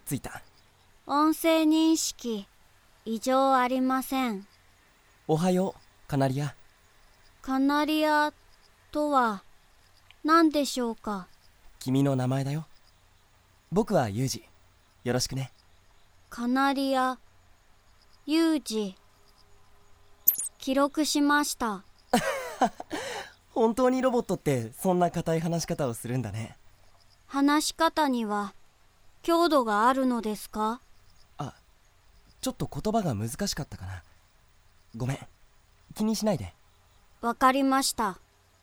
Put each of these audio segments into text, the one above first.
着いた。 音声認識異常ありません。 おはよう、カナリア。 カナリアとは何でしょうか？ 君の名前だよ。僕はユージ。よろしくね。 カナリア、ユージ。記録しました。 本当にロボットってそんな硬い話し方をするんだね。 話し方には強度があるのですか？ ちょっと言葉が難しかったかな。ごめん、気にしないで。 わかりました。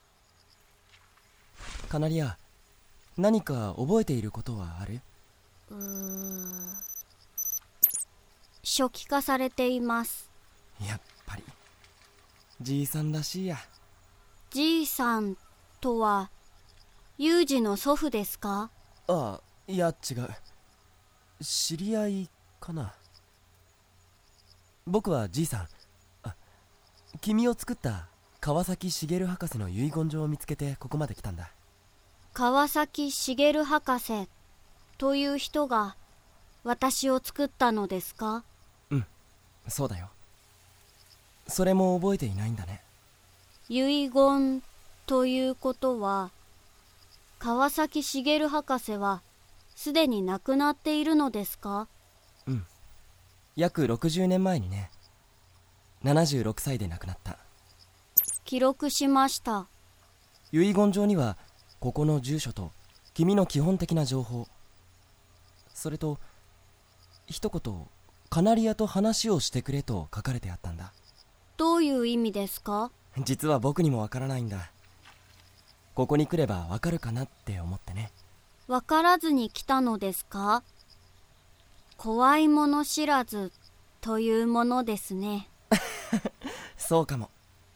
カナリア、何か覚えていることはある？ 初期化されています。 やっぱりじいさんらしいや。 じいさんとはユージの祖父ですか？ いや違う。知り合いかな。僕はじいさん。君を作った川崎茂博士の遺言状を見つけてここまで来たんだ。 川崎茂博士という人が私を作ったのですか？ うん、そうだよ。それも覚えていないんだね。 遺言ということは、川崎茂博士はすでに亡くなっているのですか？ うん、約60年前にね。76歳で亡くなった。 記録しました。 遺言状にはここの住所と君の基本的な情報、それと一言カナリアと話をしてくれと書かれてあったんだ。 どういう意味ですか？ 実は僕にもわからないんだ。ここに来ればわかるかなって思ってね。 わからずに来たのですか？怖いもの知らずというものですね。 そうかも。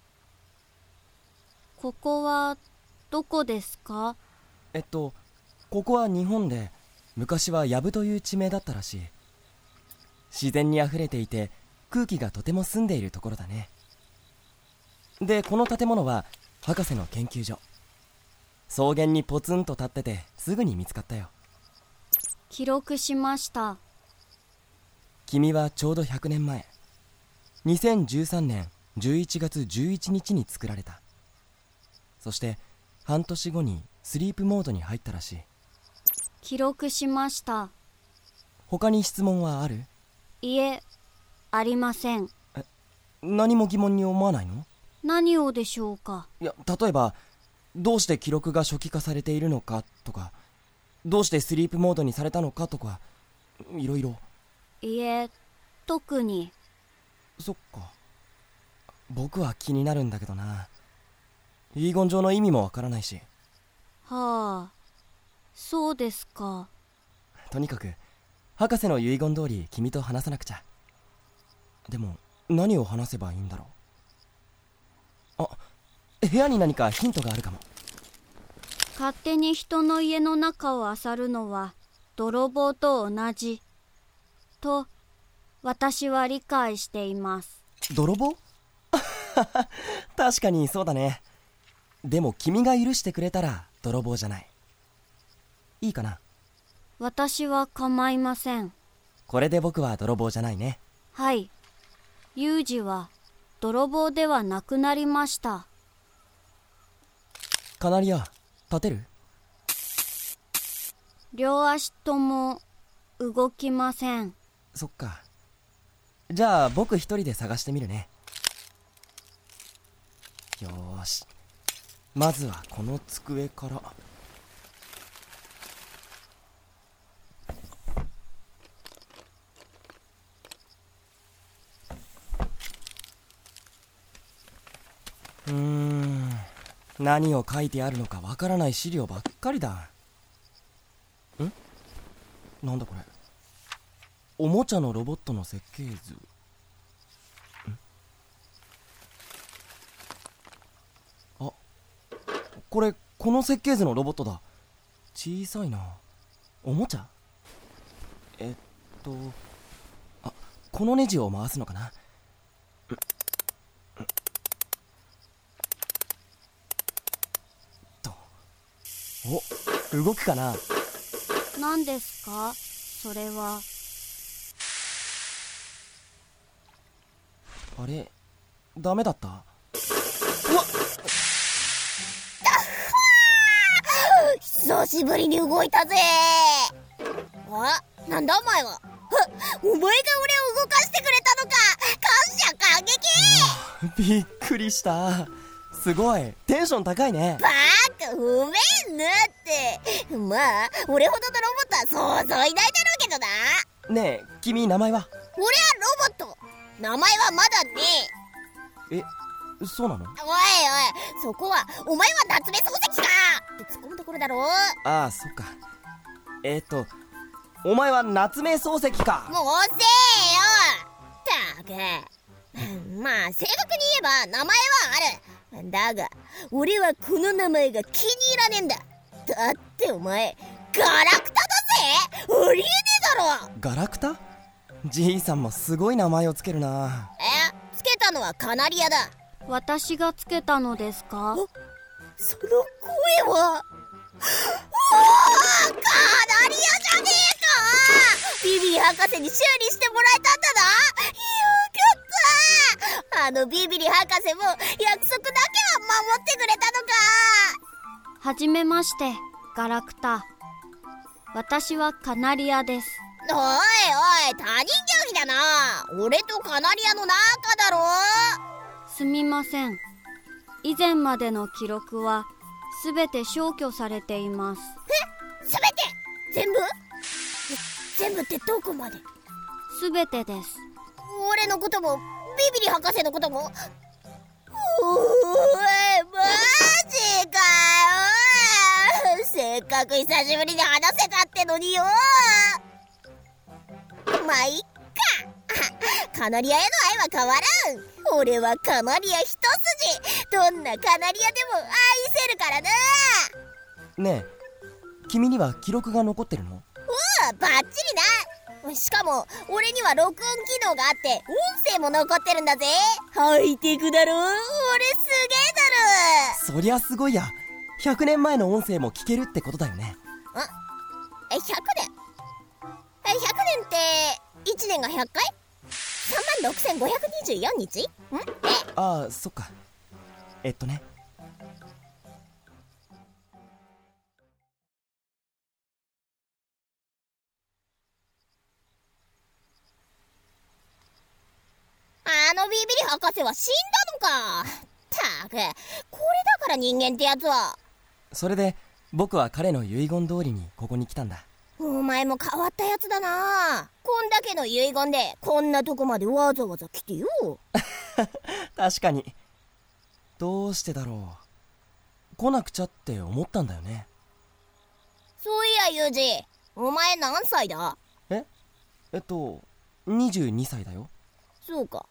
ここはどこですか？ ここは日本で、昔は藪という地名だったらしい。自然にあふれていて空気がとても澄んでいるところだね。で、この建物は博士の研究所。草原にポツンと立っててすぐに見つかったよ。 記録しました。 君はちょうど100年前、2013年11月11日に作られた。そして半年後にスリープモードに入ったらしい。 記録しました。 他に質問はある？ いえ、ありません。 何も疑問に思わないの？ 何をでしょうか？ いや、例えばどうして記録が初期化されているのかとか、どうしてスリープモードにされたのかとか、いろいろ。 いえ、特に。 そっか。僕は気になるんだけどな。遺言状の意味もわからないし。 はあ、そうですか。 とにかく博士の遺言通り君と話さなくちゃ。でも何を話せばいいんだろう。部屋に何かヒントがあるかも。 勝手に人の家の中を漁るのは泥棒と同じと私は理解しています。 泥棒？確かにそうだね。でも君が許してくれたら泥棒じゃない。いいかな？ 私は構いません。 これで僕は泥棒じゃないね。 はい、ユージは泥棒ではなくなりました。 カナリア、立てる？ 両足とも動きません。 そっか。じゃあ僕一人で探してみるね。よーし、まずはこの机から。何を書いてあるのかわからない資料ばっかりだ。なんだこれ。おもちゃのロボットの設計図。この設計図のロボットだ。小さいな。おもちゃ？このネジを回すのかな。動くかな。 何ですか？ それは。 あれ、ダメだった？うわっ、 久しぶりに動いたぜ。あ、なんだお前は。お前が俺を動かしてくれたのか。感謝感激。 びっくりした。すごいテンション高いね。 バカ、ごめんなって。まあ俺ほどのロボットはそうそういないだろうけどな。 ねえ、君名前は？ 俺はロボット。名前はまだねえ、そうなの？ おいおい、そこはお前は夏目漱石かって突っ込むところだろ。 ああ、そっか。お前は夏目漱石か。 もう遅えよ。たく、まあ正確に言えば名前はある。だが俺はこの名前が気に入らねえんだ。だってお前ガラクタだぜ。ありえねえだろ。 ガラクタ？じいさんもすごい名前をつけるな。 つけたのはカナリアだ。 私がつけたのですか？ その声はおー、カナリアじゃねえか。ビビリ博士に修理してもらえたんだな。よかった。あのビビリ博士も約束だけは守ってくれたのか。 はじめまして、ガラクタ。私はカナリアです。 おいおい、他人行儀だな。俺とカナリアの仲だろ。 すみません。以前までの記録はすべて消去されています。 すべて？全部ってどこまで？ すべてです。 俺のこともビビリ博士のことも。おい、マジかよ。せっかく久しぶりに話せたってのによ。まあいっか。カナリアへの愛は変わらん。俺はカナリア一筋。どんなカナリアでも愛せるからな。 ねえ、君には記録が残ってるの？ バッチリな。しかも俺には録音機能があって音声も残ってるんだぜ。ハイテクだろ。俺すげえだろ。 そりゃすごいや。100年前の音声も聞けるってことだよね。 100年って1年が100回？ 36,524 日？ ああ、そっか。 あのビビリ博士は死んだのか。たく、これだから人間ってやつは。 それで僕は彼の遺言通りにここに来たんだ。 お前も変わったやつだな。こんだけの遺言でこんなとこまでわざわざ来てよ。 確かに。どうしてだろう。来なくちゃって思ったんだよね。 そういやユージ、お前何歳だ ？22歳だよ。 そうか。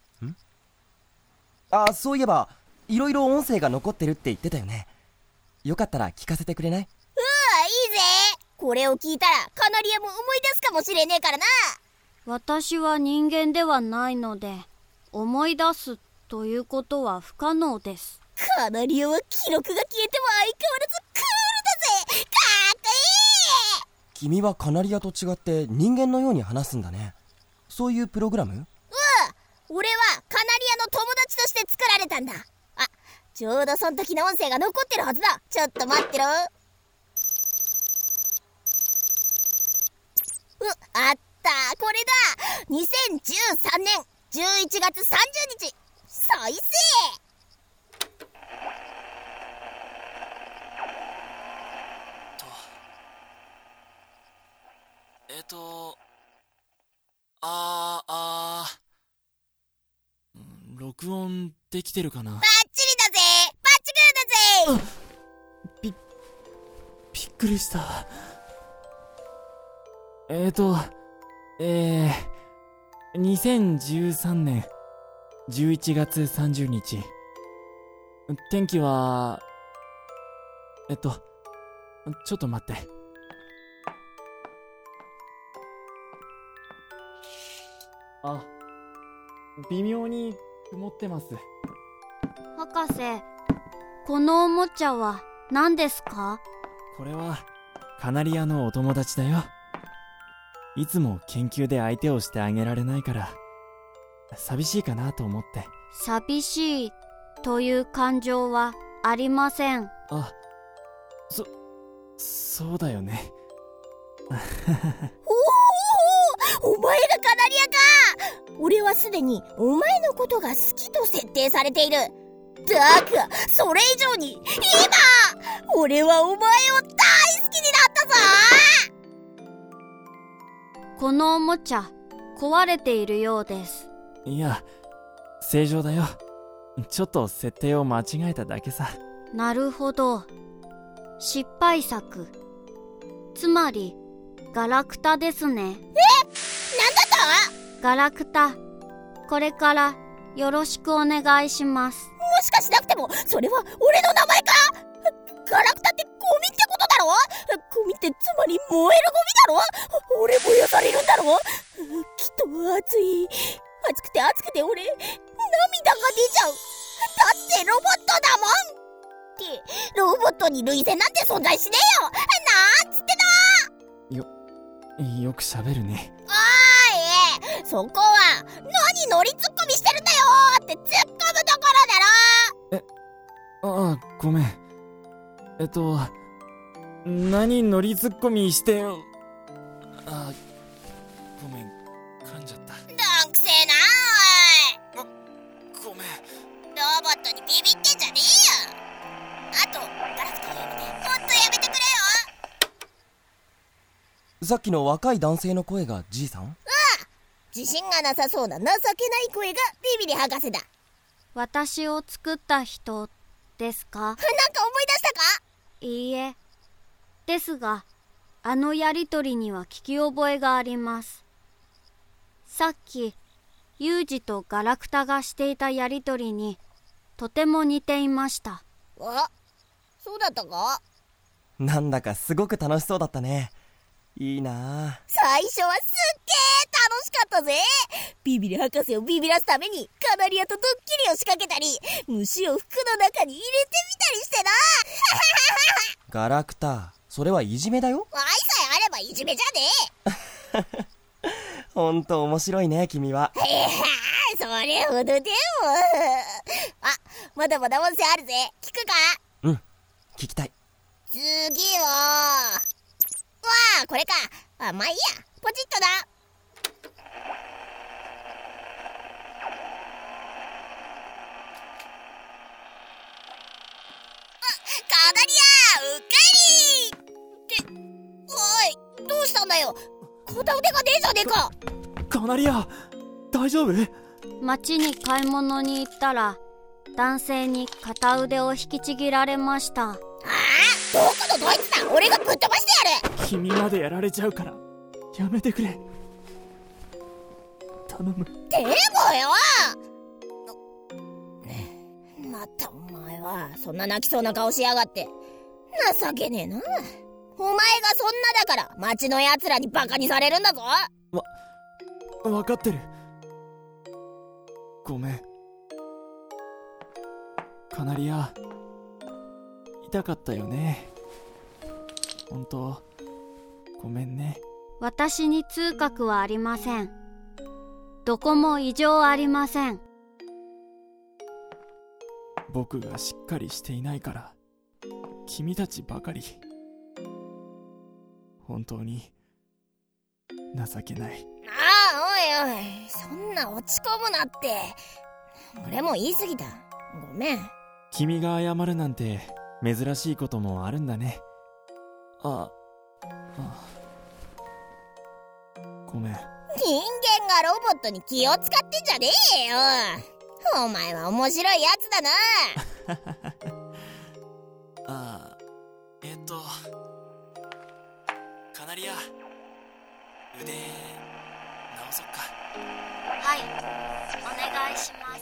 あ、そういえばいろいろ音声が残ってるって言ってたよね。よかったら聞かせてくれない？ いいぜ。これを聞いたらカナリアも思い出すかもしれねえからな。 私は人間ではないので、思い出すということは不可能です。 カナリアは記録が消えても相変わらずクールだぜ。かっこいい。 君はカナリアと違って人間のように話すんだね。そういうプログラム？ 俺はカナリアの友達として作られたんだ。ちょうどその時の音声が残ってるはずだ。ちょっと待ってろ。あった、これだ。2013年11月30日再生。 録音できてるかな？ バッチリだぜ。バッチグーだぜ。 びっくりした。2013年11月30日。天気は、ちょっと待って。微妙に曇ってます。 博士、このおもちゃは何ですか？ これはカナリアのお友達だよ。 いつも研究で相手をしてあげられないから寂しいかなと思って。 寂しいという感情はありません。 あ、そうだよね。 お前がカナリアか。俺はすでにお前のことが好きと設定されている。だがそれ以上に今俺はお前を大好きになったぞ。 このおもちゃ壊れているようです。 いや、正常だよ。ちょっと設定を間違えただけさ。 なるほど。失敗作。つまりガラクタですね。 なんだと？ ガラクタ、これからよろしくお願いします。 もしかしなくてもそれは俺の名前か。ガラクタってゴミってことだろ。ゴミってつまり燃えるゴミだろ。俺燃やされるんだろ。きっと熱くて俺涙が出ちゃう。だってロボットだもん。ってロボットに類線なんて存在しねえよ。なんつってよく喋るね。 おい、そこは何ノリツッコミしてるんだよって突っ込むところだろ。 ああ、ごめん。何乗りツッコミしてよ。あ、ごめん、噛んじゃった。 どんくせえな。 ごめん。 ロボットにビビってんじゃねえよ。あとガラクタをやめて、もっとやめてくれよ。 さっきの若い男性の声がじいさん？ 自信がなさそうな情けない声がビビリ博士だ。 私を作った人ですか？ なんか思い出したか？ いいえ。ですが、あのやりとりには聞き覚えがあります。さっき、ユージとガラクタがしていたやりとりにとても似ていました。 あ、そうだったか？ なんだかすごく楽しそうだったね。いいなあ。 最初はすっげー楽しかったぜ。ビビリ博士をビビらすためにカナリアとドッキリを仕掛けたり、虫を服の中に入れてみたりしてな。 ガラクタ、それはいじめだよ。 愛さえあればいじめじゃねえ。 ほんと面白いね、君は。 それほどでも。あ、まだまだ音声あるぜ。聞くか？ うん、聞きたい。 次はこれか。まあいいや、ポチッとだ。カナリア、うっかりって。おい、どうしたんだよ。片腕がねえじゃねえか。 カナリア、大丈夫？ 町に買い物に行ったら男性に片腕を引きちぎられました。 どこのドイツだ。俺がぶっ飛ばしてやる。 君までやられちゃうからやめてくれ、頼む。 でもよ、またお前はそんな泣きそうな顔しやがって。情けねえな。お前がそんなだから町のやつらにバカにされるんだぞ。 わかってる。ごめんカナリア、痛かったよね。本当ごめんね。 私に痛覚はありません。どこも異常ありません。 僕がしっかりしていないから君たちばかり。本当に情けない。 おいおい、そんな落ち込むなって。俺も言い過ぎた。ごめん。 君が謝るなんて珍しいこともあるんだね。ごめん。 人間がロボットに気を使ってんじゃねえよ。お前は面白いやつだな。 カナリア、腕直そっか。 はい、お願いします。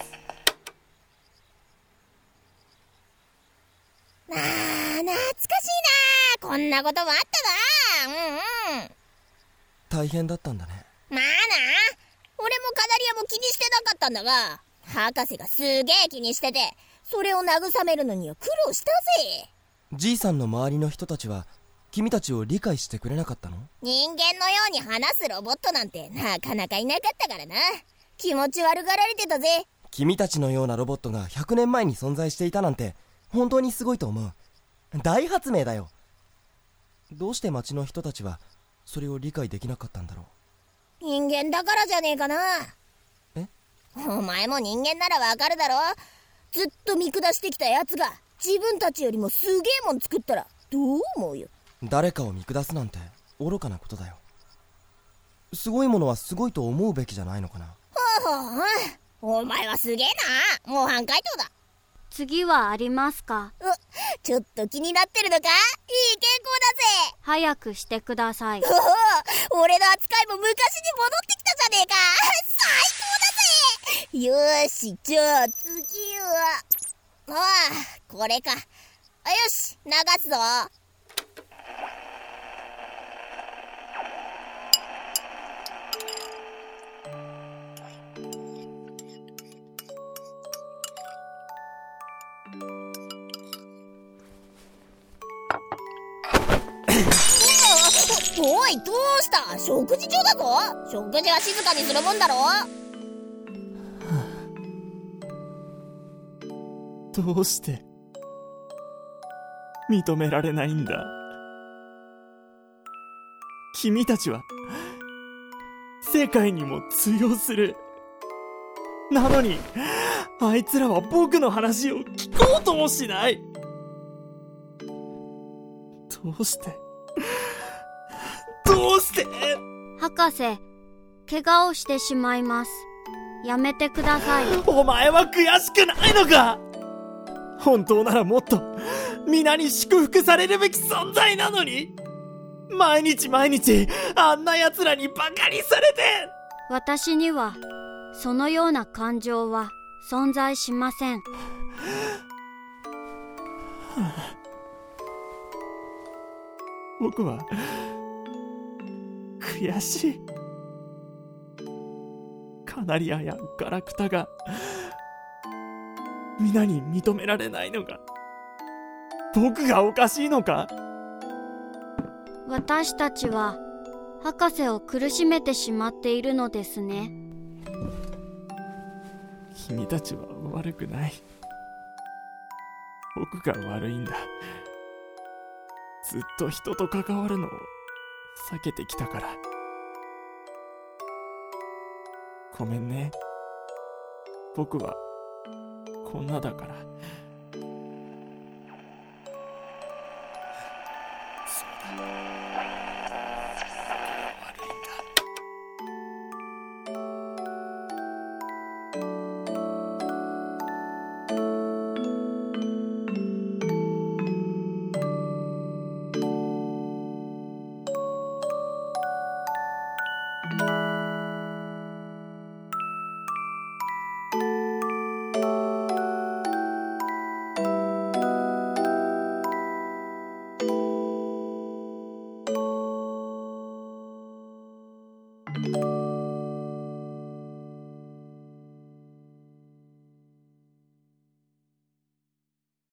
懐かしいな。こんなこともあったな。 大変だったんだね。 まあな、俺もカナリアも気にしてなかったんだが、博士がすげえ気にしてて、それを慰めるのには苦労したぜ。 じいさんの周りの人たちは君たちを理解してくれなかったの？ 人間のように話すロボットなんてなかなかいなかったからな。気持ち悪がられてたぜ。 君たちのようなロボットが100年前に存在していたなんて本当にすごいと思う。大発明だよ。どうして町の人たちはそれを理解できなかったんだろう。人間だからじゃねえかな。 え？ お前も人間ならわかるだろ。ずっと見下してきたやつが自分たちよりもすげえもん作ったらどう思うよ。 誰かを見下すなんて愚かなことだよ。すごいものはすごいと思うべきじゃないのかな。 お前はすげえな。模範解答だ。 次はありますか？ ちょっと気になってるのか？いい傾向だぜ。 早くしてください。 俺の扱いも昔に戻ってきたじゃねえか。最高だぜ。よーし、じゃあ次はこれか。よし、流すぞ。おい、どうした？食事中だぞ。食事は静かにするもんだろ。 どうして認められないんだ。君たちは世界にも通用する。なのにあいつらは僕の話を聞こうともしない。どうして博士、怪我をしてしまいます。やめてください。 お前は悔しくないのか？本当ならもっと皆に祝福されるべき存在なのに、毎日あんな奴らにバカにされて。 私にはそのような感情は存在しません。 僕は悔しい。カナリアやガラクタが皆に認められないのが僕がおかしいのか？ 私たちは博士を苦しめてしまっているのですね。 君たちは悪くない。僕が悪いんだ。ずっと人と関わるのを避けてきたから。ごめんね。僕はこんなだから。そうだ。 悪いんだ。